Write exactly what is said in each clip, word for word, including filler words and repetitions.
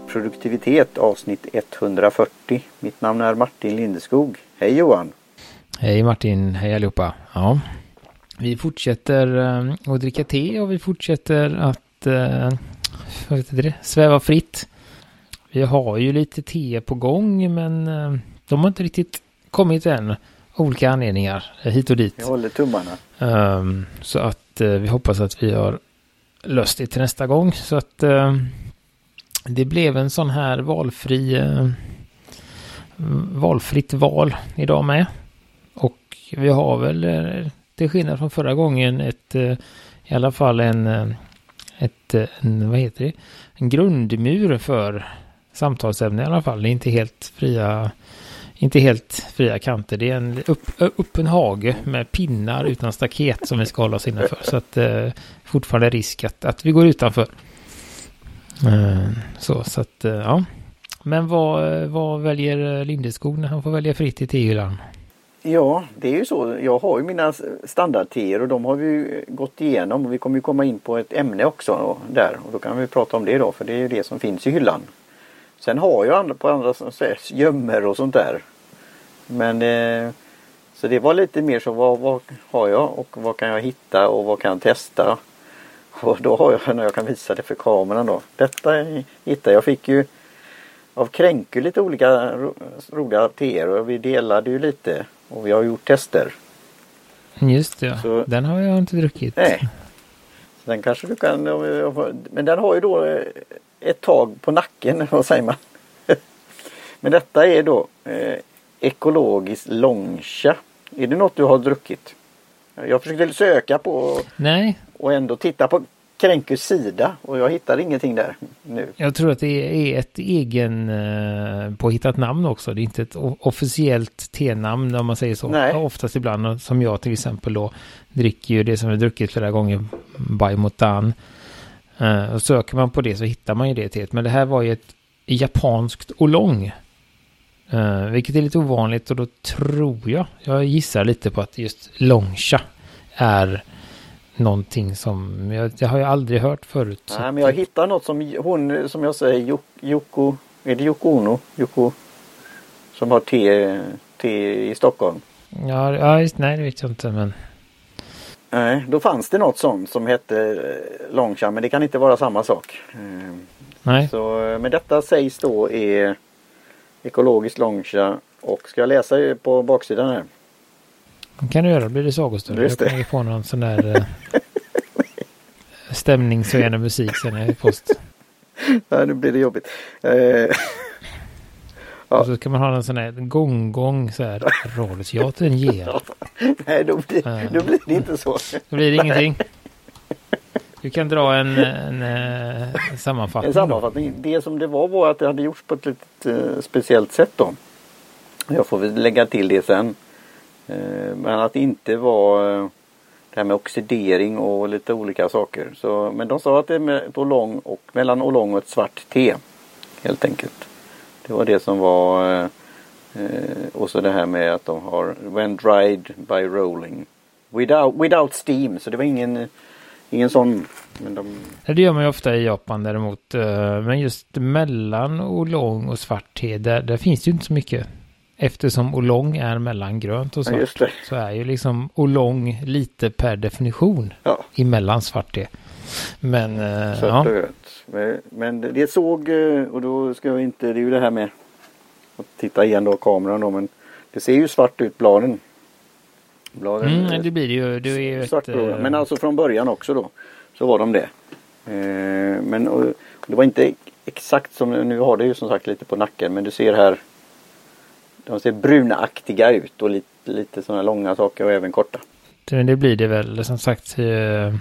produktivitet avsnitt etthundrafyrtio. Mitt namn är Martin Lindeskog. Hej Johan! Hej Martin, hej allihopa. Ja, vi fortsätter äh, att dricka te och vi fortsätter att äh, vad heter det? sväva fritt. Vi har ju lite te på gång men äh, de har inte riktigt kommit än. Olika anledningar hit och dit. Jag håller tummarna. Um, så att uh, vi hoppas att vi har löst det till nästa gång. Så att uh, det blev en sån här valfri uh, valfritt val idag med. Och vi har väl uh, till skillnad från förra gången ett uh, i alla fall en, uh, ett, uh, en vad heter det? En grundmur för samtalsämnen i alla fall. Det är inte helt fria Inte helt fria kanter. Det är en upp, öppen hage med pinnar utan staket som vi ska hålla oss innanför. Så att eh, fortfarande risk att, att vi går utanför. Eh, så så att eh, ja. Men vad, vad väljer Lindeskog när han får välja fritt i tehyllan? Ja, det är ju så. Jag har ju mina standardteer och de har vi ju gått igenom. Och vi kommer ju komma in på ett ämne också då, där. Och då kan vi prata om det då. För det är ju det som finns i hyllan. Sen har jag andra på andra som säger gömmer och sånt där. Men eh, så det var lite mer så vad, vad har jag och vad kan jag hitta och vad kan jag testa. Och då har jag när jag kan visa det för kameran då. Detta hittade jag. Fick ju av Kränku lite olika ro, roliga teer och vi delade ju lite och vi har gjort tester. Just det, så, den har jag inte druckit. Nej. Så den kanske du kan, men den har ju då ett tag på nacken, vad säger man? Men detta är då eh, ekologiskt långcha. Är det något du har druckit? Jag försökte söka på Nej. Och ändå titta på Kränkus sida och jag hittar ingenting där nu. Jag tror att det är ett egen eh, påhittat namn också. Det är inte ett officiellt tenamn om man säger så. Nej. Oftast ibland som jag till exempel då dricker ju det som jag druckit flera gånger Bai Motan. Uh, och söker man på det så hittar man ju det teet. Men det här var ju ett japanskt oolong. Uh, vilket är lite ovanligt och då tror jag, jag gissar lite på att just långcha är någonting som jag, jag har ju aldrig hört förut. Nej, så men jag hittar något som hon, som jag säger, Yoko, är det Yoko Ono? Yoko, som har te, te i Stockholm. Ja, ja just, nej det vet jag inte men... Nej, då fanns det något sånt som hette långcha, men det kan inte vara samma sak. Nej. Så, men detta sägs då är ekologiskt långcha och ska jag läsa på baksidan här? Kan du göra, blir det sagostund? Jag kan lägga på någon sån där äh, stämningshöjande musik sen i post. Ja, nu blir det jobbigt. Eh, ja. Och så kan man ha en sån här gång-gång så här radioteatern ger. Nej, då blir, äh, då blir det inte så. Då blir det ingenting. Du kan dra en, en, en sammanfattning. En sammanfattning. Då. Det som det var var att det hade gjorts på ett lite uh, speciellt sätt då. Jag får väl lägga till det sen. Uh, men att det inte var uh, det här med oxidering och lite olika saker. Så, men de sa att det är med ett oolong och mellan oolong och ett svart te. Helt enkelt. Det var det som var uh, uh, och så det här med att de har when dried by rolling without, without steam. Så det var ingen ingen sån. Men de... Det gör man ju ofta i Japan däremot. Men just mellan oolong och svart te, där, där finns det ju inte så mycket. Eftersom oolong är mellan grönt och svart. Ja, så är ju liksom oolong lite per definition ja. Emellan svart te. Men ja. Men, men det såg, och då ska jag inte, det är ju det här med att titta igen då kameran då, men det ser ju svart ut bladen. Bladen mm, det blir det ju. Det är ju ett, men alltså från början också då så var de det. Eh, men och, det var inte exakt som nu har det ju som sagt lite på nacken, men du ser här de ser brunaktiga ut och lite, lite sådana långa saker och även korta. Det, det blir det väl som sagt eh,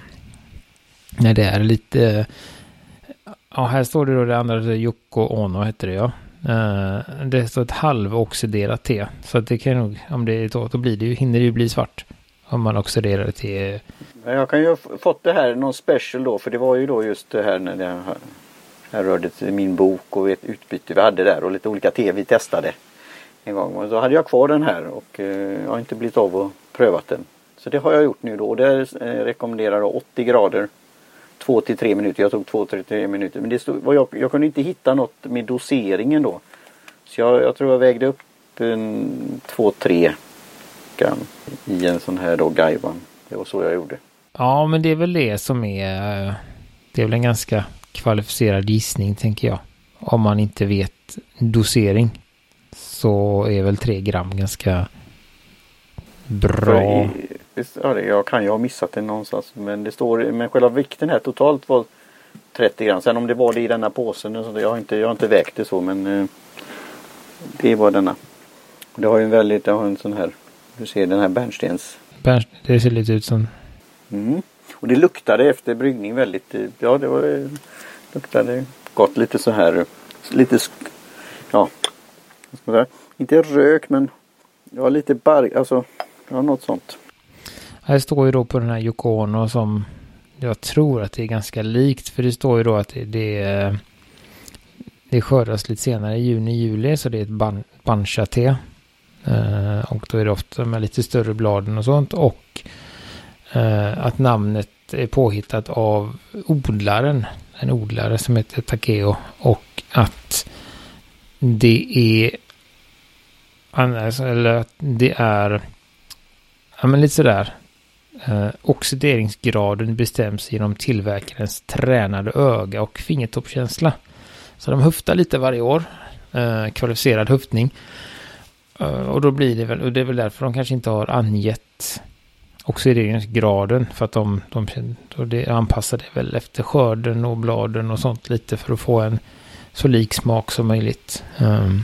när det är lite ja här står det då det andra Yoko Ono heter det ja. Uh, det står ett halvoxiderat te. Så att det kan nog, om det är då, då blir det ju, hinner det ju bli svart. Om man oxiderar det till... Jag kan ju ha fått det här, någon special då. För det var ju då just det här när det här rörde till min bok och ett utbyte vi hade där. Och lite olika te vi testade en gång. Och då hade jag kvar den här och uh, jag har inte blivit av och prövat den. Så det har jag gjort nu då. Och det uh, rekommenderar då åttio grader två till tre minuter. Jag tog två till tre minuter. Men det stod, jag, jag kunde inte hitta något med doseringen då. Så jag, jag tror jag vägde upp en två tre gram i en sån här då Gaiwan. Det var så jag gjorde. Ja, men det är väl det som är... Det är väl en ganska kvalificerad gissning, tänker jag. Om man inte vet dosering så är väl tre gram ganska bra. I, ja, jag kan ju ha missat det någonstans. Men det står, men själva vikten här totalt var trettio gram. Sen om det var det i denna påsen, så jag har inte, jag har inte vägt det så, men eh, det var denna. Det har ju en väldigt, det har en sån här, du ser den här bärnstens. Bärnst, det ser lite ut som... Mm. Och det luktade efter bryggning väldigt, ja det var, luktade gott, lite så här, lite, ja, vad ska man säga, inte rök, men ja, lite bark, alltså, ja, något sånt. Här står ju då på den här Yoko Ono som jag tror att det är ganska likt, för det står ju då att det, det, det skördas lite senare i juni, juli, så det är ett ban, bancha-te. Uh, och då är det ofta med lite större bladen och sånt, och uh, att namnet är påhittat av odlaren, en odlare som heter Takeo, och att det är annars, eller att det är ja, men lite sådär uh, oxideringsgraden bestäms genom tillverkarens tränade öga och fingertoppskänsla. Så de höftar lite varje år, uh, kvalificerad höftning. Och då blir det väl, och det är väl därför de kanske inte har angett oxideringsgraden, för att de, de och det anpassar det väl efter skörden och bladen och sånt lite för att få en så lik smak som möjligt. Um,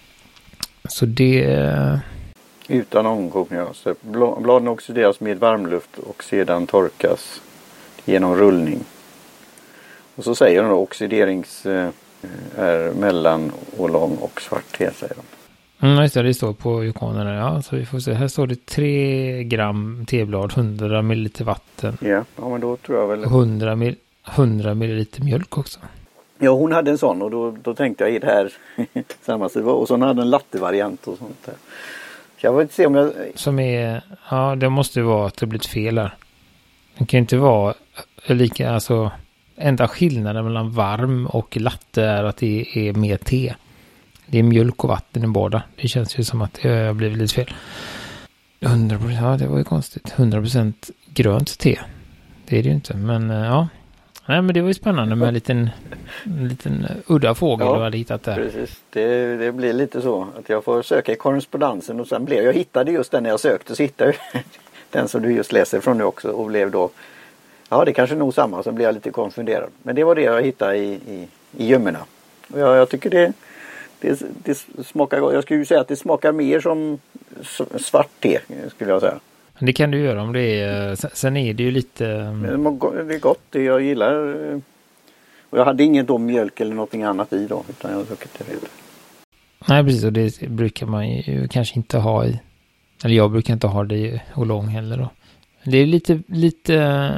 så det... Utan omkokning, ja. Så bladen oxideras med varmluft och sedan torkas genom rullning. Och så säger de då oxiderings eh, är mellan och lång och svart te, säger de. Mm, just det, det står på ikonerna. Ja, så vi får se. Här står det tre gram teblad, hundra milliliter vatten. Ja, ja, men då tror jag väl... hundra, mil, hundra milliliter mjölk också. Ja, hon hade en sån, och då, då tänkte jag i det här samma sak. Och så hon hade en latte-variant och sånt där. Så jag vill inte se om jag... Som är... Ja, det måste vara att det blivit fel här. Det kan inte vara lika... Alltså, enda skillnaden mellan varm och latte är att det är mer te. Det är mjölk och vatten i båda. Det känns ju som att det har blivit lite fel. hundra procent, ja det var ju konstigt. hundra procent grönt te. Det är det ju inte. Men ja. Nej, men det var ju spännande med en liten, en liten udda fågel ja, du hade hittat där. Precis. Det, det blir lite så att jag får söka i korrespondensen, och sen blev jag hittade just den när jag sökte, så hittade jag den som du just läser från nu också, och blev då, ja det kanske nog samma, så blev jag lite konfunderad. Men det var det jag hittade i, i, i gömmorna. Och jag, jag tycker det Det, det smakar, jag skulle ju säga att det smakar mer som svart te, skulle jag säga. Det kan du göra om det är, sen är det ju lite... Det är gott, det jag gillar. Och jag hade ingen då mjölk eller någonting annat i då, utan jag druckit det redan. Nej, precis, och det brukar man ju kanske inte ha i, eller jag brukar inte ha det i Oolong heller då. Det är lite, lite...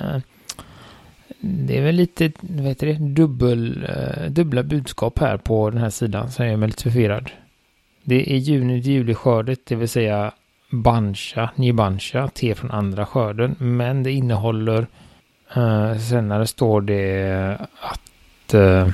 Det är väl lite, vad heter det, dubbel, dubbla budskap här på den här sidan, så jag är lite förvirrad. Det är juni till juli skördet, det vill säga bancha, ny bancha, te från andra skörden, men det innehåller, uh, senare står det att uh,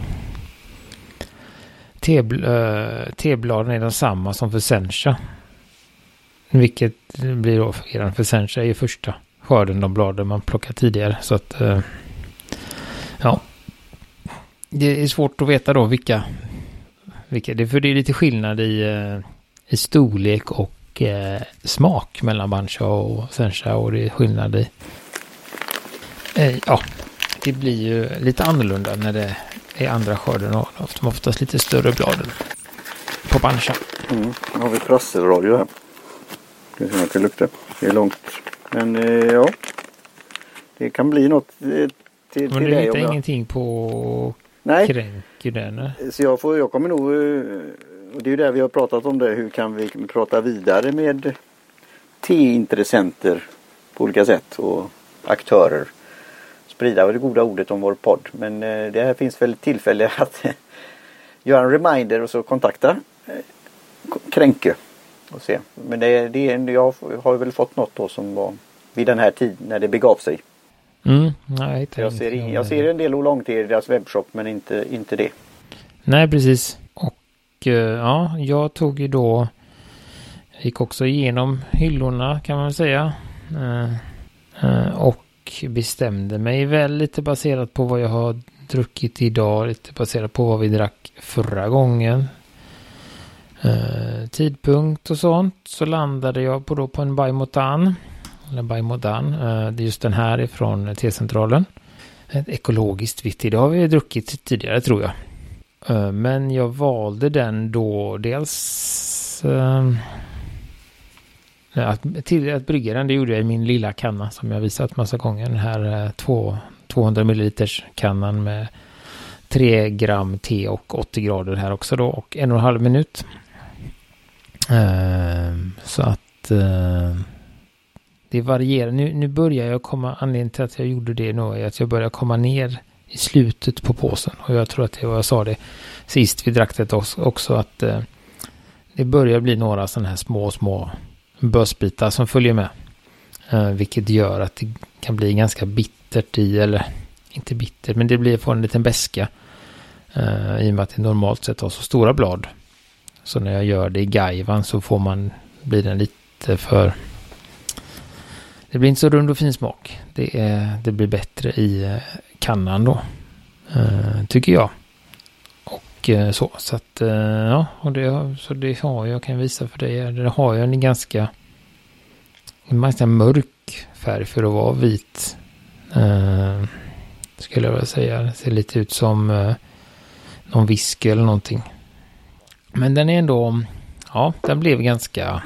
tebl, uh, tebladen är de samma som för sencha, vilket blir då förvirrande, för sencha är ju första skörden, de bladen man plockar tidigare, så att uh, ja, det är svårt att veta då vilka, vilka det, för det är lite skillnad i, i storlek och eh, smak mellan bancha och sencha, och det är skillnad i eh, ja, det blir ju lite annorlunda när det är andra skörden, och de oftast lite större bladen på bancha. Mm, nu har vi prasselradio här. Det är kan lukta. Det är långt, men eh, ja, det kan bli något eh, Till, men till du dig, hittar jag... ingenting på kränkuderna? Så jag, får, jag kommer nog, och det är ju där vi har pratat om det, hur kan vi prata vidare med teintressenter på olika sätt och aktörer. Sprida det goda ordet om vår podd. Men det här finns väl tillfälle att göra en reminder och så kontakta Kränke och se. Men det, det, jag har väl fått något då som var vid den här tiden när det begav sig. Mm, nej, jag, jag, ser in, jag ser en del oolong-te i deras webbshop, men inte, inte det. Nej, precis. Och uh, ja, jag tog ju då, gick också igenom hyllorna kan man säga. Uh, uh, och bestämde mig väl lite baserat på vad jag har druckit idag, lite baserat på vad vi drack förra gången. Uh, tidpunkt och sånt, så landade jag på, då på en Bai Motan, eller Bai Modan, uh, det är just den här ifrån Tecentralen. Ett ekologiskt vitt, det har vi druckit tidigare tror jag. Uh, men jag valde den då dels uh, att, till att brygga den, det gjorde jag i min lilla kanna som jag visat massa gånger. Den här uh, två, tvåhundra milliliters kannan med tre gram te och åttio grader här också då, och en och en halv minut. Uh, så att uh, det varierar. Nu, nu börjar jag komma, anledningen till att jag gjorde det nu är att jag börjar komma ner i slutet på påsen. Och jag tror att det var, jag sa det sist vi drack det också, också att uh, det börjar bli några sådana här små, små bösbitar som följer med. Uh, vilket gör att det kan bli ganska bittert i, eller inte bittert, men det blir får en liten beska. Uh, I och med att det normalt sett har så stora blad. Så när jag gör det i gaivan så får man, blir den lite för, det blir inte så rund och fin smak. Det, är, det blir bättre i kannan då, uh, tycker jag. Och uh, så, så att uh, ja, och det, så det har jag, kan visa för dig. Det har jag en ganska, en ganska mörk färg för att vara vit. Uh, skulle jag vilja säga. Det ser lite ut som uh, någon whisky eller någonting. Men den är ändå, ja, den blev ganska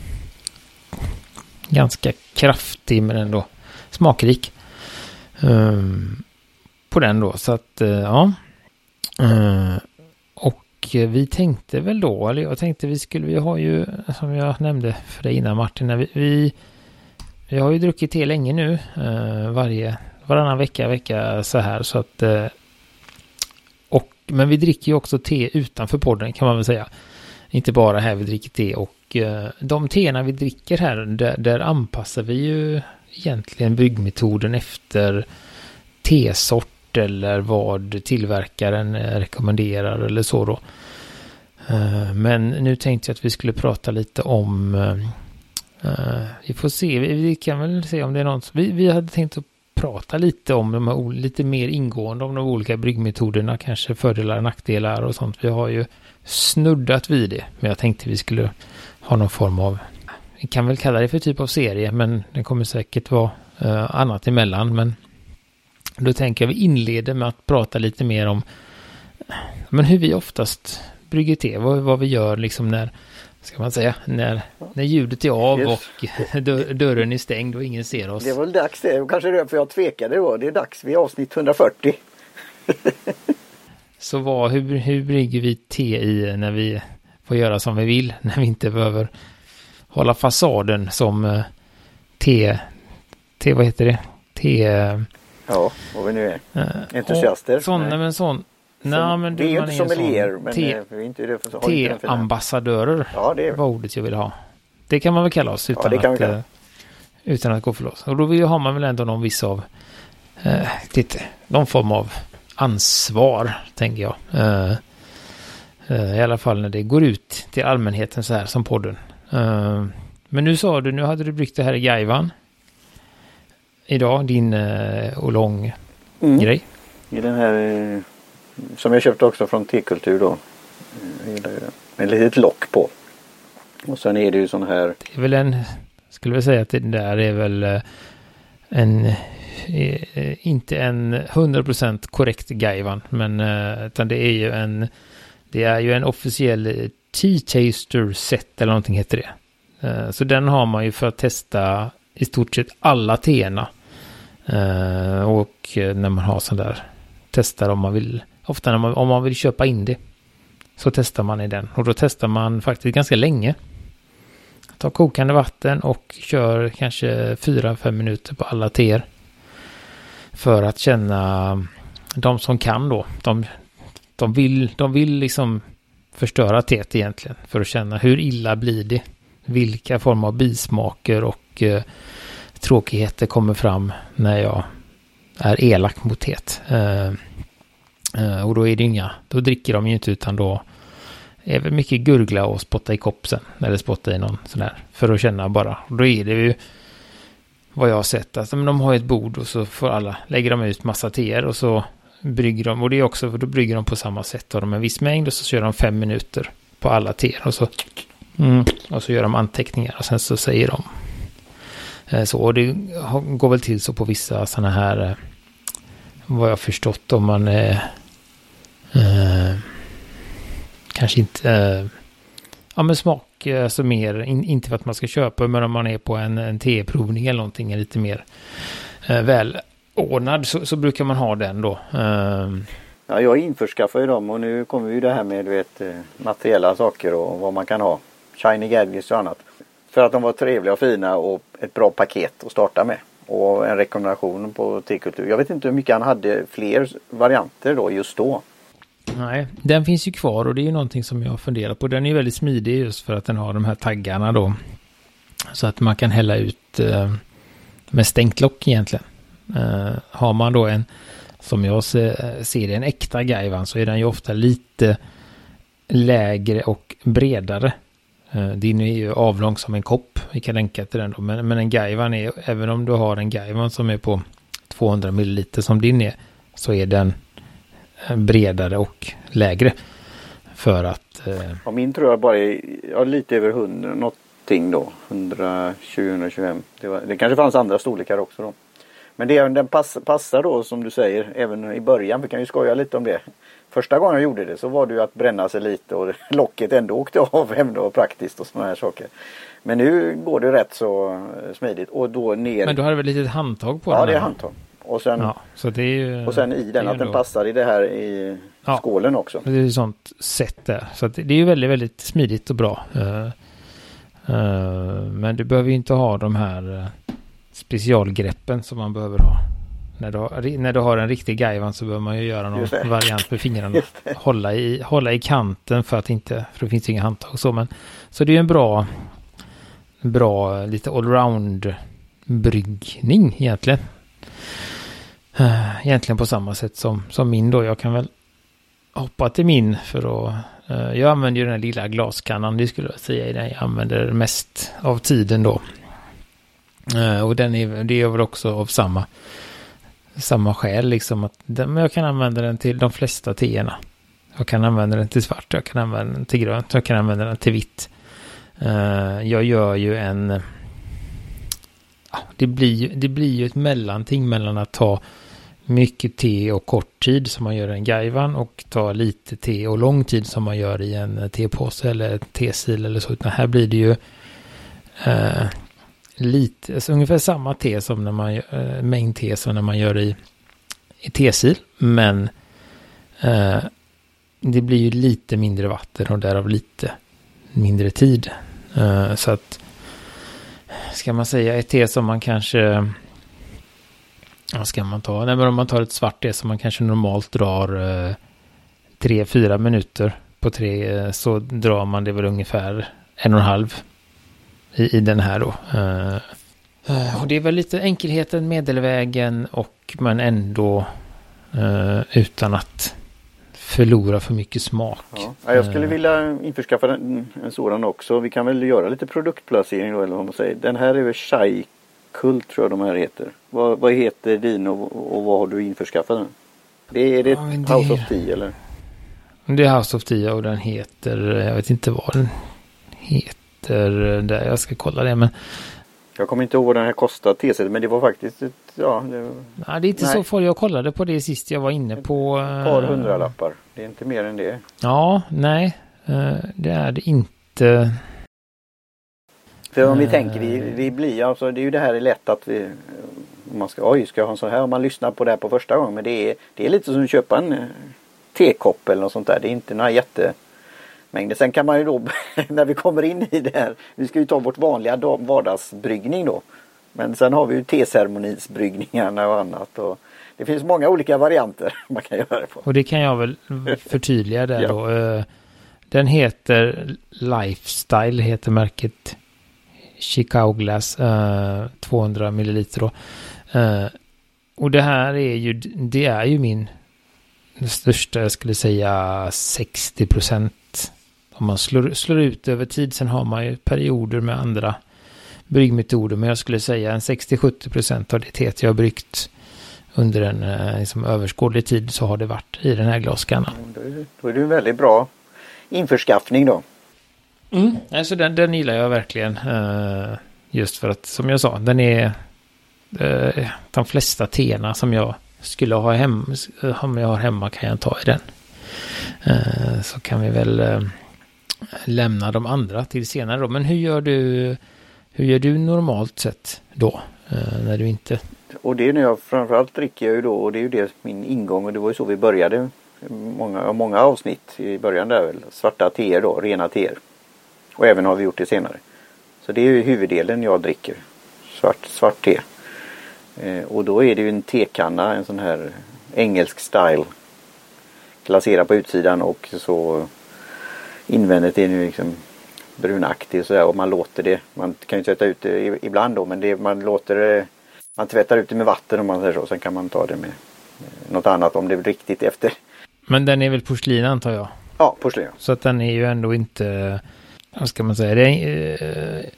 ganska kraftig men ändå smakrik um, på den då. Så att, uh, ja. Uh, och vi tänkte väl då, eller jag tänkte vi skulle, vi har ju, som jag nämnde för dig innan Martin, när vi, vi, vi har ju druckit te länge nu, uh, varje, varannan vecka, vecka så här, så att uh, men vi dricker ju också te utanför podden kan man väl säga. Inte bara här vi dricker te. Och eh, de teerna vi dricker här, där, där anpassar vi ju egentligen bryggmetoden efter tesort eller vad tillverkaren rekommenderar eller så då. Eh, men nu tänkte jag att vi skulle prata lite om, eh, vi får se, vi, vi kan väl se om det är något. Vi, vi hade tänkt att prata lite om de här, lite mer ingående om de olika bryggmetoderna, kanske fördelar och nackdelar och sånt. Vi har ju snuddat vid det, men jag tänkte vi skulle ha någon form av, vi kan väl kalla det för typ av serie, men det kommer säkert vara uh, annat emellan. Men då tänker jag vi inleder med att prata lite mer om men hur vi oftast brygger te, vad, vad vi gör liksom när, ska man säga, när, när ljudet är av yes. och dörr, dörren är stängd och ingen ser oss. Det är väl dags det, kanske det, för jag tvekade då. Det är dags, vi är avsnitt hundrafyrtio. Så vad, hur, hur brygger vi te i när vi får göra som vi vill, när vi inte behöver hålla fasaden som uh, te, te, vad heter det? Te... Ja, vad vi nu är. Uh, Entusiaster. Sådana, men sån Nej, men det är ju inte sommelier, men te, vi är inte det för te-ambassadörer ja, det var ordet jag vill ha. Det kan man väl kalla oss utan, ja, att, uh, utan att gå för loss. Och då vill, har man väl ändå någon viss av uh, lite, någon form av ansvar, tänker jag. Uh, uh, I alla fall när det går ut till allmänheten så här som podden. Uh, men nu sa du, nu hade du bryggt det här i gaivan. Idag, din uh, oolong mm. grej. I den här... Uh... som jag köpte också från Tekultur då. Med ett litet lock på. Och sen är det ju sån här... Det är väl en... Skulle jag säga att det där är väl en... Inte en hundra procent korrekt gaivan. Men utan det är ju en... Det är ju en officiell tea taster set eller någonting heter det. Så den har man ju för att testa i stort sett alla teerna. Och när man har sån där... Testar om man vill... Ofta när man, om man vill köpa in det så testar man i den. Och då testar man faktiskt ganska länge. Tar kokande vatten och kör kanske fyra fem minuter på alla teer. För att känna de som kan då. De, de, vill, de vill liksom förstöra teet egentligen. För att känna hur illa blir det. Vilka former av bismaker och eh, tråkigheter kommer fram när jag är elak mot teet. Uh, uh, och då är det inga, då dricker de ju inte, utan då är det mycket gurgla och spotta i kopp sen, eller spotta i någon sån där, för att känna bara. Då är det ju vad jag har sett, alltså, men de har ett bord och så får alla, lägger de ut massa teer och så brygger de, och det är också, för då brygger de på samma sätt, har de en viss mängd och så kör de fem minuter på alla teer och så mm, och så gör de anteckningar och sen så säger de eh, så, och det går väl till så på vissa sådana här eh, vad jag förstått, om man eh, eh, kanske inte eh, ja men smak, alltså mer, in, inte för att man ska köpa, men om man är på en, en teprovning eller någonting är lite mer eh, välordnad, så, så brukar man ha den då. Eh. Ja, jag införskaffar ju dem, och nu kommer ju det här med, du vet, materiella saker och vad man kan ha. Shiny gadgets och annat. För att de var trevliga och fina och ett bra paket att starta med. Och en rekommendation på tekultur. Jag vet inte hur mycket han hade fler varianter då just då. Nej, den finns ju kvar, och det är ju någonting som jag funderar på. Den är ju väldigt smidig just för att den har de här taggarna då. Så att man kan hälla ut eh, med stängt lock egentligen. Eh, har man då en, som jag ser, ser det, en äkta gaivan, så är den ju ofta lite lägre och bredare. Eh, din är ju avlång som en kopp. Vi kan länka till den då. Men, men en gaivan är, även om du har en gaivan som är på tvåhundra milliliter som din är, så är den bredare och lägre, för att eh... ja, min tror jag bara är ja, lite över hundra någonting då, hundratjugo hundratjugofem. Det, var, det kanske fanns andra storlekar också då, men det, den pass, passar då, som du säger, även i början. Vi kan ju skoja lite om det. Första gången jag gjorde det så var det ju att bränna sig lite, och locket ändå åkte av, ändå praktiskt och såna här saker. Men nu går det rätt så smidigt, och då ner. Men du hade väl lite handtag på ja, den? Ja, det är handtag. Och sen, ja, så det är ju, och sen i den att den passar i det här i ja, skålen också. Det är ju sånt sätt där. Så att det är ju väldigt, väldigt smidigt och bra. Uh, uh, men du behöver ju inte ha de här uh, specialgreppen som man behöver ha. När du har, när du har en riktig gaivan så behöver man ju göra någon variant med fingrarna. Hålla i, hålla i kanten för att inte, för det finns inga handtag och så. Men, så det är ju en bra, bra lite allround bryggning egentligen. Uh, egentligen på samma sätt som, som min då. Jag kan väl hoppa till min för att uh, jag använder ju den här lilla glaskannan, det skulle jag säga, den jag använder mest av tiden då. Uh, och den är, det är väl också av samma samma skäl liksom, att den, men jag kan använda den till de flesta teerna. Jag kan använda den till svart, jag kan använda den till grönt, jag kan använda den till vitt. Uh, jag gör ju en Det blir, det blir ju ett mellanting mellan att ta mycket te och kort tid som man gör i en gaivan, och ta lite te och lång tid som man gör i en tepåse eller tesil eller så. Utan här blir det ju eh, lite, alltså ungefär samma te som när man eh, mängd te som när man gör i, i tesil, men eh, det blir ju lite mindre vatten och därav lite mindre tid. Eh, så att ska man säga ett te som man kanske, vad ska man ta? Nej, men om man tar ett svart te som man kanske normalt drar eh, tre, fyra minuter på tre, eh, så drar man det väl ungefär en och en halv i, i den här då. Eh, eh, och det är väl lite enkelheten, medelvägen, och men ändå eh, utan att förlora för mycket smak. Ja, jag skulle vilja införskaffa en, en sådan också. Vi kan väl göra lite produktplacering då, eller vad man säger. Den här är väl Chai Kult, tror jag de här heter. Vad, vad heter din och, och vad har du införskaffat den? Det är det, ja, det House of Tea eller? Det är House of Tea och den heter, jag vet inte vad den heter där, jag ska kolla det, men jag kommer inte ihåg vad den här kostade teset, men det var faktiskt ett, ja, det, var... Nej, det är inte nej. Så farligt. Jag kollade på det sist jag var inne på ett par hundralappar. Det är inte mer än det. Ja, nej, det är det inte. För om vi tänker, vi, vi blir alltså, det är ju det här är lätt att vi, man ska, oj, ska jag ha en sån här, om man lyssnar på det här på första gången, men det är, det är lite som att köpa en tekopp eller något sånt där. Det är inte några jättemängder. Sen kan man ju då, när vi kommer in i det här, vi ska ju ta vårt vanliga vardagsbryggning då. Men sen har vi ju tecermonisbryggningarna och annat, och det finns många olika varianter man kan göra det på. Och det kan jag väl förtydliga där ja. Då. Den heter Lifestyle, heter märket Chicago Glass, tvåhundra milliliter då. och det här är ju, det är ju min största, jag skulle säga sextio procent. Om man slår, slår ut över tid, sen har man ju perioder med andra bryggmetoder, men jag skulle säga en sextio till sjuttio procent av det teet jag har bryggt under en liksom, överskådlig tid, så har det varit i den här glaskannan. Då är det, då är det en väldigt bra införskaffning då. Mm, alltså den, den gillar jag verkligen. Uh, just för att, som jag sa, den är uh, de flesta teerna som jag skulle ha hemma, om jag har hemma kan jag ta i den. Uh, så kan vi väl uh, lämna de andra till senare då. Men hur gör du hur gör du normalt sett då? Uh, när du inte... Och det är när jag framförallt dricker jag ju då, och det är ju det min ingång, och det var ju så vi började många, många avsnitt i början där väl. Svarta teer då, rena teer. Och även har vi gjort det senare. Så det är ju huvuddelen jag dricker. Svart, svart te. Eh, och då är det ju en tekanna, en sån här engelsk style. Glaserad på utsidan och så invändigt är det ju liksom brunaktig och sådär. Och man låter det, man kan ju tvätta ut det ibland då, men det, man låter det, man tvättar ut det med vatten om man säger så. Sen kan man ta det med något annat om det är riktigt efter. Men den är väl porslin antar jag? Ja, porslin. Så att den är ju ändå inte... Vad ska man säga? Det är, eh,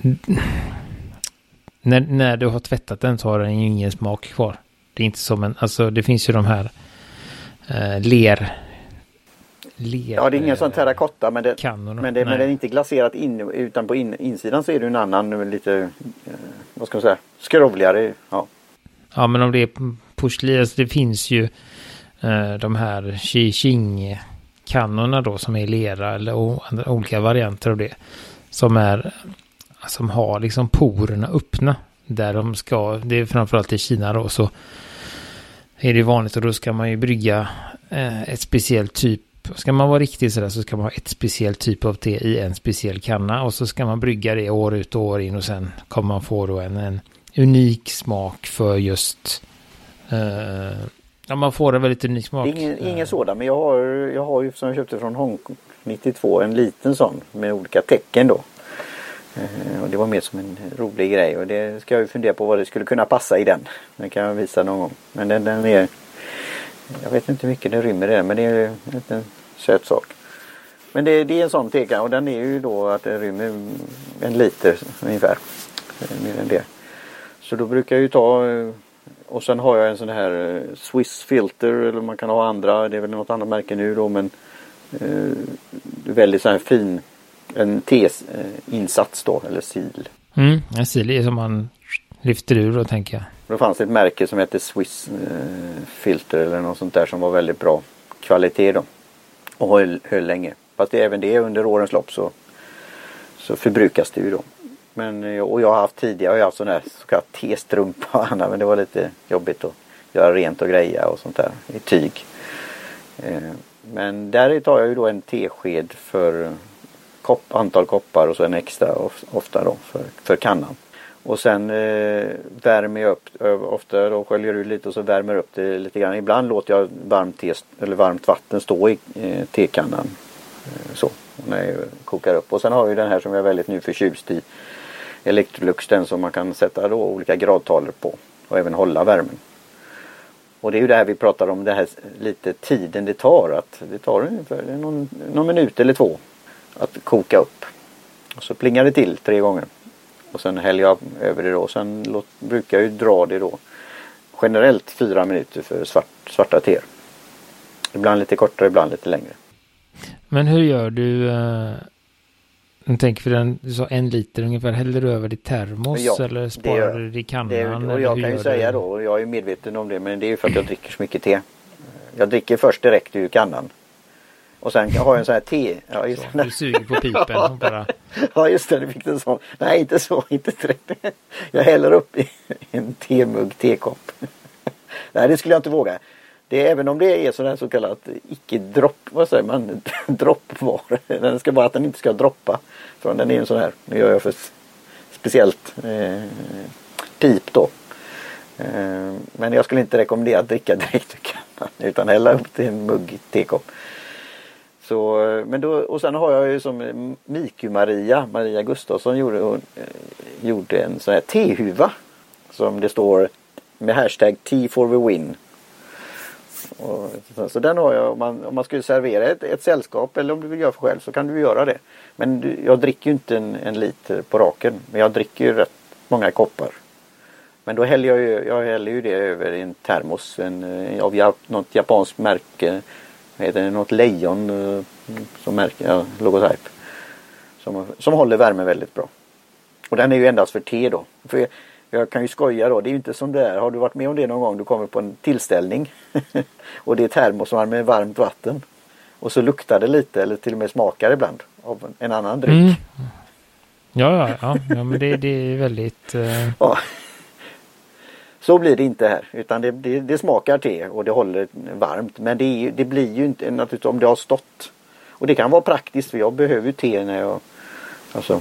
när, när du har tvättat den så har den ju ingen smak kvar. Det är inte som en... Alltså det finns ju de här eh, ler... ler... Ja, det är ingen sån terrakotta, men, det, kannorna. men, det, men den är inte glaserat in, utan på in, insidan så är det en annan lite... Eh, vad ska man säga? Skrovligare. Ja. Ja, men om det är porslin, alltså det finns ju eh, de här Qi-Qing kannorna då som är lera eller o- olika varianter av det som är som har liksom porerna öppna där de ska, det är framförallt i Kina då, så är det vanligt, och då ska man ju brygga eh, ett speciellt typ, ska man vara riktigt sådär så ska man ha ett speciellt typ av te i en speciell kanna, och så ska man brygga det år ut och år in, och sen kommer man få då en, en unik smak för just eh, ja, man får en väldigt unik smak. Ingen, ingen sådan, men jag har, jag har ju som jag köpte från Hongkong nittiotvå en liten sån med olika tecken då. Eh, och det var mer som en rolig grej, och det ska jag ju fundera på vad det skulle kunna passa i den. Den kan jag visa någon gång. Men den, den är, jag vet inte hur mycket den rymmer i den, men det är en liten söt sak. Men det, det är en sån tekan, och den är ju då att den rymmer en liter ungefär. Mer än det. Så då brukar jag ju ta... Och sen har jag en sån här Swiss filter, eller man kan ha andra, det är väl något annat märke nu då, men eh, väldigt sån här fin, en te-insats då, eller sil. Mm, en sil är som man lyfter ur då, tänker jag. Det fanns ett märke som hette Swiss eh, filter eller något sånt där som var väldigt bra kvalitet då. Och höll, höll länge. Fast det, även det under årens lopp så, så förbrukas det ju då. Men, och jag har haft tidigare, jag har haft sån här så kallad testrumpa och annat, men det var lite jobbigt att göra rent och greja och sånt där i tyg. Men där tar jag ju då en tesked för kopp, antal koppar och så en extra ofta då för, för kannan. Och sen eh, värmer jag upp, ofta då sköljer ut lite och så värmer upp det lite grann. Ibland låter jag varmt, te, eller varmt vatten stå i eh, tekannan eh, så när jag kokar upp. Och sen har jag ju den här som jag är väldigt nu förtjust i, Electrolux, den som man kan sätta då olika gradtaler på och även hålla värmen. Och det är ju det här vi pratar om, det här lite tiden det tar, att det tar ungefär någon, någon minut eller två att koka upp. Och så plingar det till tre gånger. Och sen häller jag över det då. Sen låt, brukar jag ju dra det då generellt fyra minuter för svart, svarta teer. Ibland lite kortare, ibland lite längre. Men hur gör du... Uh... Jag tänker för den, du sa en liter ungefär, häller du över i termos ja, eller sparar du det i kannan? Det, och jag kan ju säga då, och jag är medveten om det, men det är ju för att jag dricker så mycket te. Jag dricker först direkt ur kannan. Och sen har jag en sån här te. Ja, just så, du suger på pipen och bara... Ja just det, det fick en sån. Nej inte så, inte direkt. Jag häller upp i en temugg, tekopp. Nej det skulle jag inte våga. Det är, även om det är sådär så kallat icke-dropp, vad säger man, droppvara. Den ska bara att den inte ska droppa. För den är en sån här, nu gör jag för speciellt eh, pip då. Eh, men jag skulle inte rekommendera att dricka direkt ur kannan, utan hälla upp till en mugg tekopp. Så, men då, och sen har jag ju som Miku Maria, Maria Gustafsson gjorde, hon, eh, gjorde en sån här tehuva som det står med hashtag Tea for the win. Och, så, så den har jag, om man, om man skulle servera ett, ett sällskap eller om du vill göra för själv så kan du göra det. Men du, jag dricker ju inte en, en liter på raken, men jag dricker ju rätt många koppar. Men då häller jag ju, jag häller ju det över i en termos en, av ja, något japanskt märke, heter det något lejon som märke, ja, logotyp. Som, som håller värme väldigt bra. Och den är ju endast för te då. För jag, jag kan ju skoja då, det är ju inte som det är. Har du varit med om det någon gång? Du kommer på en tillställning och det är termosvarm med varmt vatten. Och så luktar det lite eller till och med smakar ibland av en annan dryck. Mm. Ja, ja, ja, ja, men det, det är väldigt... Uh... Ja. Så blir det inte här, utan det, det, det smakar te och det håller varmt. Men det, det blir ju inte naturligtvis om det har stått. Och det kan vara praktiskt, för jag behöver ju te när jag alltså,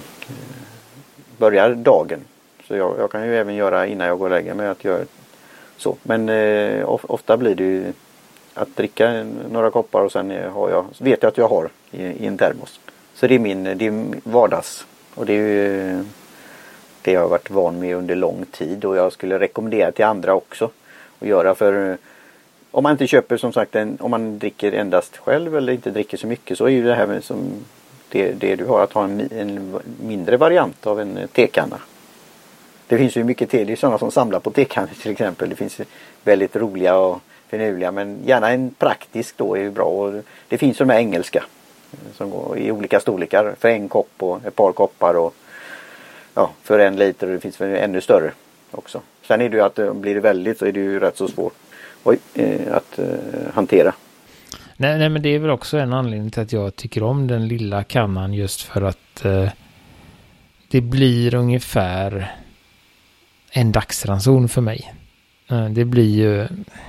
börjar dagen. Så jag, jag kan ju även göra innan jag går och lägger mig att göra så. Men eh, ofta blir det ju att dricka några koppar och sen har jag, vet jag att jag har i, i en termos. Så det är min, det är vardags. Och det är ju det jag har varit van med under lång tid och jag skulle rekommendera till andra också att göra. För om man inte köper som sagt en, om man dricker endast själv eller inte dricker så mycket, så är ju det här med som det, det du har att ha en, en mindre variant av en tekanna. Det finns ju mycket te, det är sådana som samlar på tekannor till exempel. Det finns väldigt roliga och finurliga, men gärna en praktisk då är ju bra. Och det finns de här engelska som går i olika storlekar för en kopp och ett par koppar och ja, för en liter, och det finns väl ännu större också. Sen är det ju att blir det väldigt så är det ju rätt så svårt oj, eh, att eh, hantera. Nej, nej, men det är väl också en anledning till att jag tycker om den lilla kannan, just för att eh, det blir ungefär en dagsranson för mig. Eh, det blir ju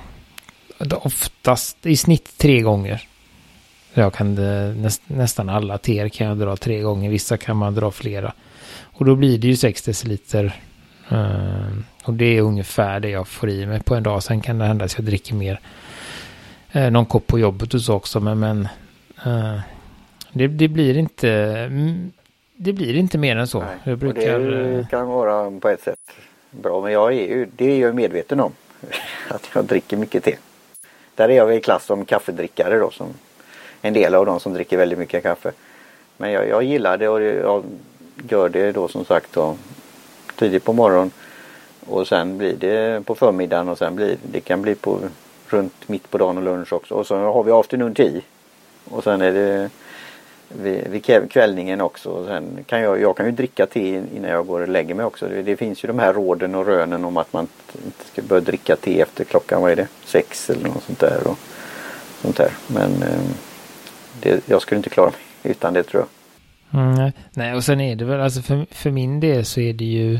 oftast i snitt tre gånger. Jag kan det, näst, nästan alla teer kan jag dra tre gånger, vissa kan man dra flera. Och då blir det ju sex deciliter. Uh, och det är ungefär det jag får i mig på en dag. Sen kan det hända att jag dricker mer. Uh, någon kopp på jobbet och så också. Men, men uh, det, det blir inte mm, det blir inte mer än så. Nej, jag brukar, och det kan vara på ett sätt bra. Men jag är ju, det är jag medveten om. Att jag dricker mycket te. Där är jag i klass som kaffedrickare då. Som en del av de som dricker väldigt mycket kaffe. Men jag, jag gillar det och jag gör det då som sagt då, tidigt på morgonen och sen blir det på förmiddagen och sen blir det kan bli på runt mitt på dagen och lunch också, och så har vi afternoon tea och sen är det vid, vid kvällningen också, och sen kan jag, jag kan ju dricka te innan jag går och lägger mig också. Det, det finns ju de här råden och rönen om att man inte ska börja dricka te efter klockan, vad är det, sex eller något sånt där och sånt där, men det, jag skulle inte klara mig utan det, tror jag. Mm, nej, och sen är det väl, alltså för, för min del så är det ju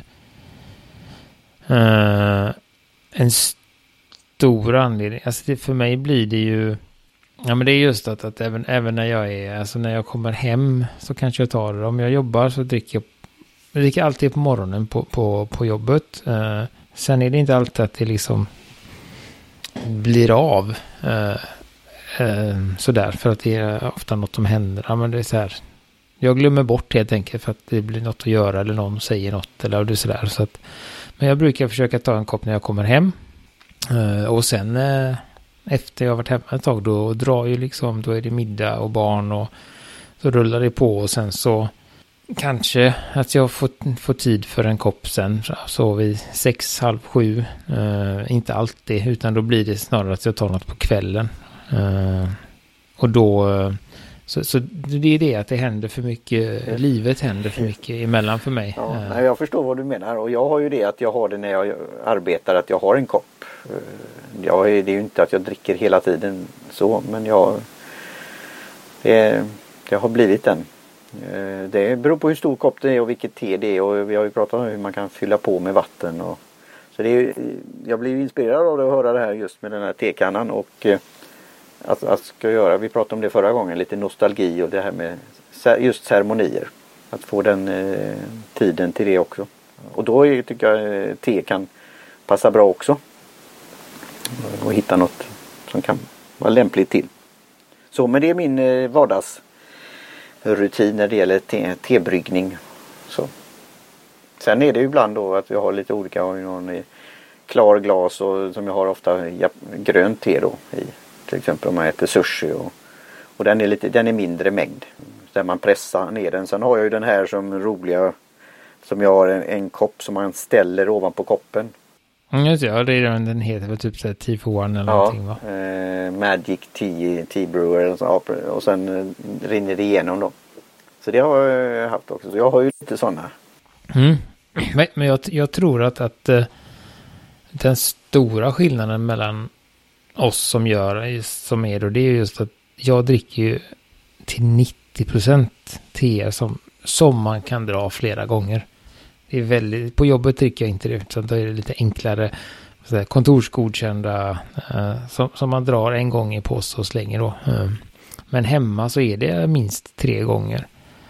uh, en stor anledning, alltså det, för mig blir det ju, ja men det är just att, att även, även när jag är, alltså när jag kommer hem så kanske jag tar det, om jag jobbar så dricker jag, jag dricker alltid på morgonen på, på, på jobbet, uh, sen är det inte alltid att det liksom blir av uh, uh, sådär, för att det är ofta något som händer, ja men det är så här. Jag glömmer bort helt enkelt för att det blir något att göra eller någon säger något eller det sådär. Så att, men jag brukar försöka ta en kopp när jag kommer hem. Uh, och sen uh, efter jag har varit hemma ett tag då drar ju liksom, då är det middag och barn och så rullar det på, och sen så kanske att jag får, får tid för en kopp sen så vid sex, halv sju. Uh, inte alltid, utan då blir det snarare att jag tar något på kvällen. Uh, och då... Uh, Så, så det är det att det händer för mycket, mm. livet händer för mycket emellan för mig. Ja, nej, jag förstår vad du menar, och jag har ju det att jag har det när jag arbetar, att jag har en kopp. Jag, det är ju inte att jag dricker hela tiden så, men jag det, det har blivit den. Det beror på hur stor kopp det är och vilket te det är, och vi har ju pratat om hur man kan fylla på med vatten. Och, så det är, jag blir inspirerad av det att höra det här just med den här tekannan och Att, att ska göra, vi pratade om det förra gången, lite nostalgi och det här med just ceremonier. Att få den eh, tiden till det också. Och då är, tycker jag eh, te kan passa bra också. Och hitta något som kan vara lämpligt till. Så, men det är min eh, vardagsrutin när det gäller te, tebryggning. Så. Sen är det ju ibland då att vi har lite olika, någon klar glas och som jag har ofta grönt te då i. Till exempel om man äter sushi och, och den är lite den är mindre mängd. Där man pressar ner den. Sen har jag ju den här som roliga som jag har en, en kopp som man ställer ovanpå koppen. Mm, just det, ja, det är den, den heter väl typ såhär Tea for One eller ja, någonting va? Eh, Magic Tea, Tea Brewer och, så, och sen eh, rinner det igenom då. Så det har jag haft också. Så jag har ju lite sådana. Mm. Men, men jag, jag tror att, att uh, den stora skillnaden mellan oss som gör som är då, det är just att jag dricker ju till nittio procent teer som, som man kan dra flera gånger. Det är väldigt, på jobbet dricker jag inte det, utan då är det lite enklare så kontorsgodkända uh, som, som man drar en gång i påse och slänger då. Uh, men hemma så är det minst tre gånger.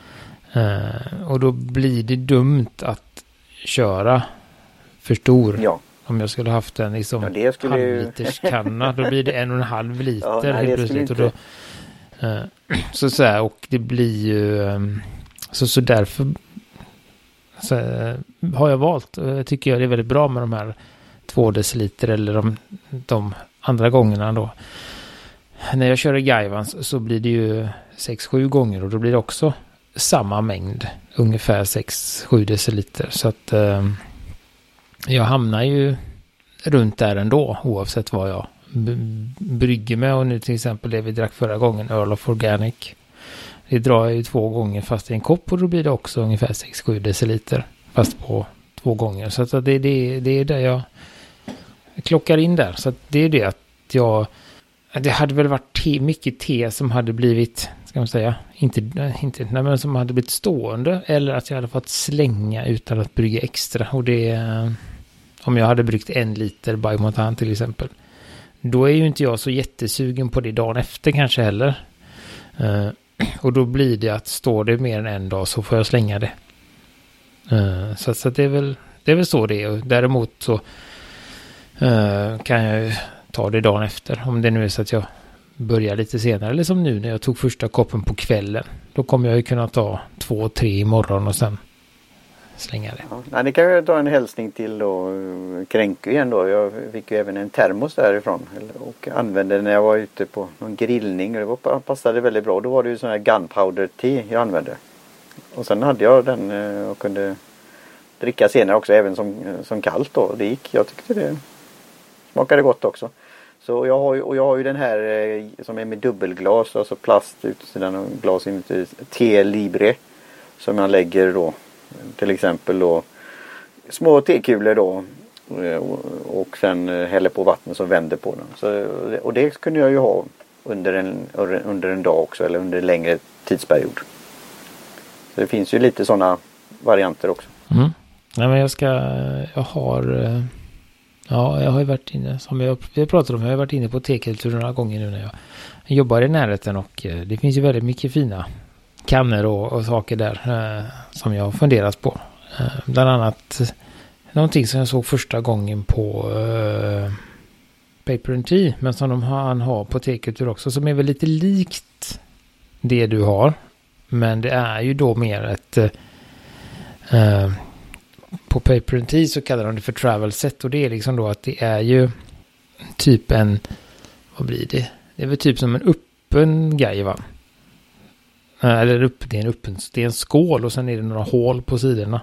Uh, och då blir det dumt att köra för stor. Ja. Om jag skulle haft en liksom ja, skulle halvliters kanna, då blir det en och en halv liter ja, nej, helt plötsligt. Och då, uh, så, så här, och det blir ju um, så, så därför så, uh, har jag valt, och jag tycker jag det är väldigt bra med de här två deciliter eller de, de andra gångerna då. När jag kör i Gaivans så blir det ju sex sju gånger och då blir det också samma mängd, ungefär sex sju deciliter. Så att uh, jag hamnar ju runt där ändå, oavsett vad jag b- brygger med. Och nu till exempel det vi drack förra gången, Earl of Organic. Det drar jag ju två gånger fast i en kopp och då blir det också ungefär sex sju deciliter. Fast på två gånger. Så att det, det, det är där jag klockar in där. Så att det är det att jag... Det hade väl varit te, mycket te som hade blivit, ska man säga, inte, inte, nej, men som hade blivit stående. Eller att jag hade fått slänga utan att brygga extra. Och det... Om jag hade bryggt en liter Bay Montan till exempel. Då är ju inte jag så jättesugen på det dagen efter kanske heller. Uh, och då blir det att står det mer än en dag så får jag slänga det. Uh, så så det, är väl, det är väl så det är. Och däremot så uh, kan jag ju ta det dagen efter. Om det nu är så att jag börjar lite senare. Eller som nu när jag tog första koppen på kvällen. Då kommer jag ju kunna ta två, tre imorgon och sen slänga det. Ja, nej, det kan jag ta en hälsning till då, Kränke igen då. Jag fick ju även en termos därifrån och använde när jag var ute på någon grillning och det var, passade väldigt bra. Då var det ju sån här gunpowder te jag använde. Och sen hade jag den och kunde dricka senare också även som, som kallt då. Det gick, jag tyckte det smakade gott också. Så jag har ju, och jag har ju den här som är med dubbelglas, alltså plast utsidan och glas inuti, Te Libre som jag lägger då. Till exempel då små tekulor då och sen häller på vatten som vänder på den. Så, och det kunde jag ju ha under en, under en dag också eller under en längre tidsperiod. Så det finns ju lite sådana varianter också. Mm. Nej, men jag ska, jag har, ja, jag har ju varit inne, som jag, jag pratade om, jag har varit inne på tekultur några gånger nu när jag jobbar i närheten och det finns ju väldigt mycket fina kannor och, och saker där eh, som jag har funderat på. Eh, bland annat någonting som jag såg första gången på eh, Paper and Tea, men som de har, han har på tekultur också, som är väl lite likt det du har. Men det är ju då mer ett eh, på Paper and Tea så kallar de det för travel set och det är liksom då att det är ju typ en, vad blir det? Det är väl typ som en öppen gaiva. Eller upp, det är en öppen, det är en skål och sen är det några hål på sidorna.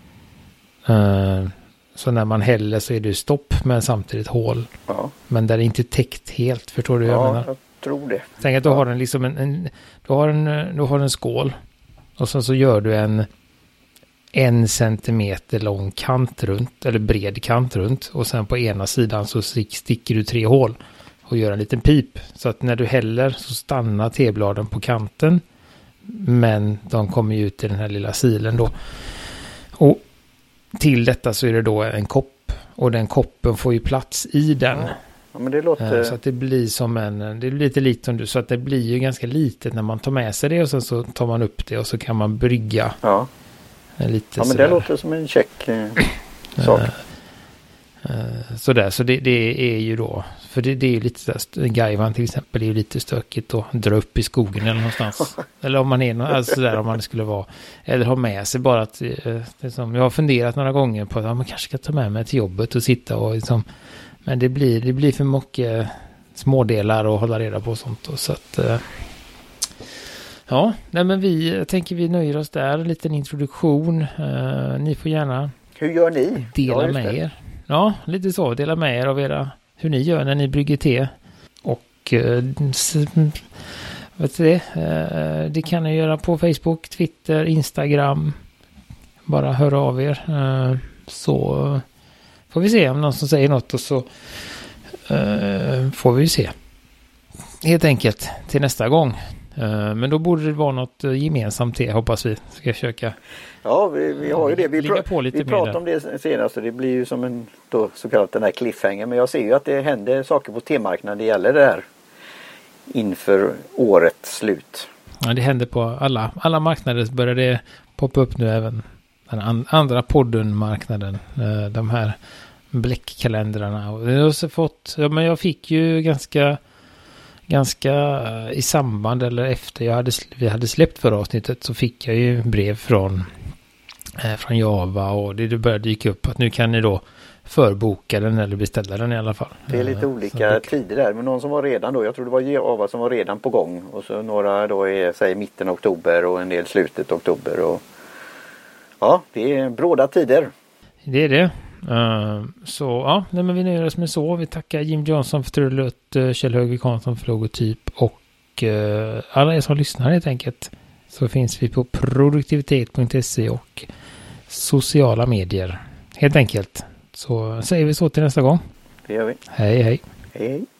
Uh, så när man häller så är det stopp men samtidigt hål. Ja. Men där är inte täckt helt, förstår du hur jag ja, menar? jag tror det. Tänk att du ja. har en liksom en, en, du har en du har en skål och sen så gör du en en centimeter lång kant runt, eller bred kant runt och sen på ena sidan så sticker du tre hål och gör en liten pip. Så att när du häller så stannar tebladen på kanten. Men de kommer ju ut i den här lilla silen då. Och till detta så är det då en kopp. Och den koppen får ju plats i den. Ja, ja men det låter... Så att det blir som en... Det är lite likt som du. Så att det blir ju ganska litet när man tar med sig det. Och sen så tar man upp det och så kan man brygga. Ja. Lite ja men sådär. det låter som en check eh, sak. Uh, uh, sådär. Så det, det är ju då För det, det är ju lite där, Gaivan till exempel är ju lite stökigt att dra upp i skogen eller någonstans. Eller om man är alltså där om man skulle vara. Eller ha med sig bara att det som, jag har funderat några gånger på att ja, man kanske ska ta med mig till jobbet och sitta och liksom, men det blir, det blir för mycket smådelar och hålla reda på och sånt. Och så att ja, nej men vi jag tänker vi nöjer oss där. En liten introduktion. Uh, ni får gärna hur gör ni? Dela ja, med er. Ja, lite så. Dela med er av era, hur ni gör när ni brygger te. Och uh, vet du det? Uh, det kan ni göra på Facebook, Twitter, Instagram. Bara höra av er. Uh, så får vi se om någon som säger något och så uh, får vi se. Helt enkelt till nästa gång. Men då borde det vara något gemensamt te, hoppas vi. Ska försöka. Ja, vi, vi har ju det. Vi, pra- vi pratade om det senast och det blir ju som en då, så kallat den här cliffhanger. Men jag ser ju att det händer saker på temarknaden. Det gäller det här inför årets slut. Ja, det händer på alla, alla marknader. Börjar det poppa upp nu även den an- andra podden-marknaden. De här bläckkalendrarna. Och jag har också fått, ja, men jag fick ju ganska Ganska i samband eller efter jag hade, vi hade släppt förra avsnittet så fick jag ju brev från, eh, från Java och det, det började dyka upp att nu kan ni då förboka den eller beställa den i alla fall. Det är lite olika så, tider där, men någon som var redan då, jag tror det var Java som var redan på gång och så några då är säg mitten oktober och en del slutet oktober och ja, det är bråda tider. Det är det. Uh, så ja, nej, men vi nöjer oss med så. Vi tackar Jim Johnson för trudelutt, uh, Kjell Höger Karlsson för logotyp och uh, alla er som lyssnar helt enkelt. Så finns vi på produktivitet punkt se och sociala medier helt enkelt. Så säger vi så till nästa gång. Det gör vi. Hej hej. Hej hej.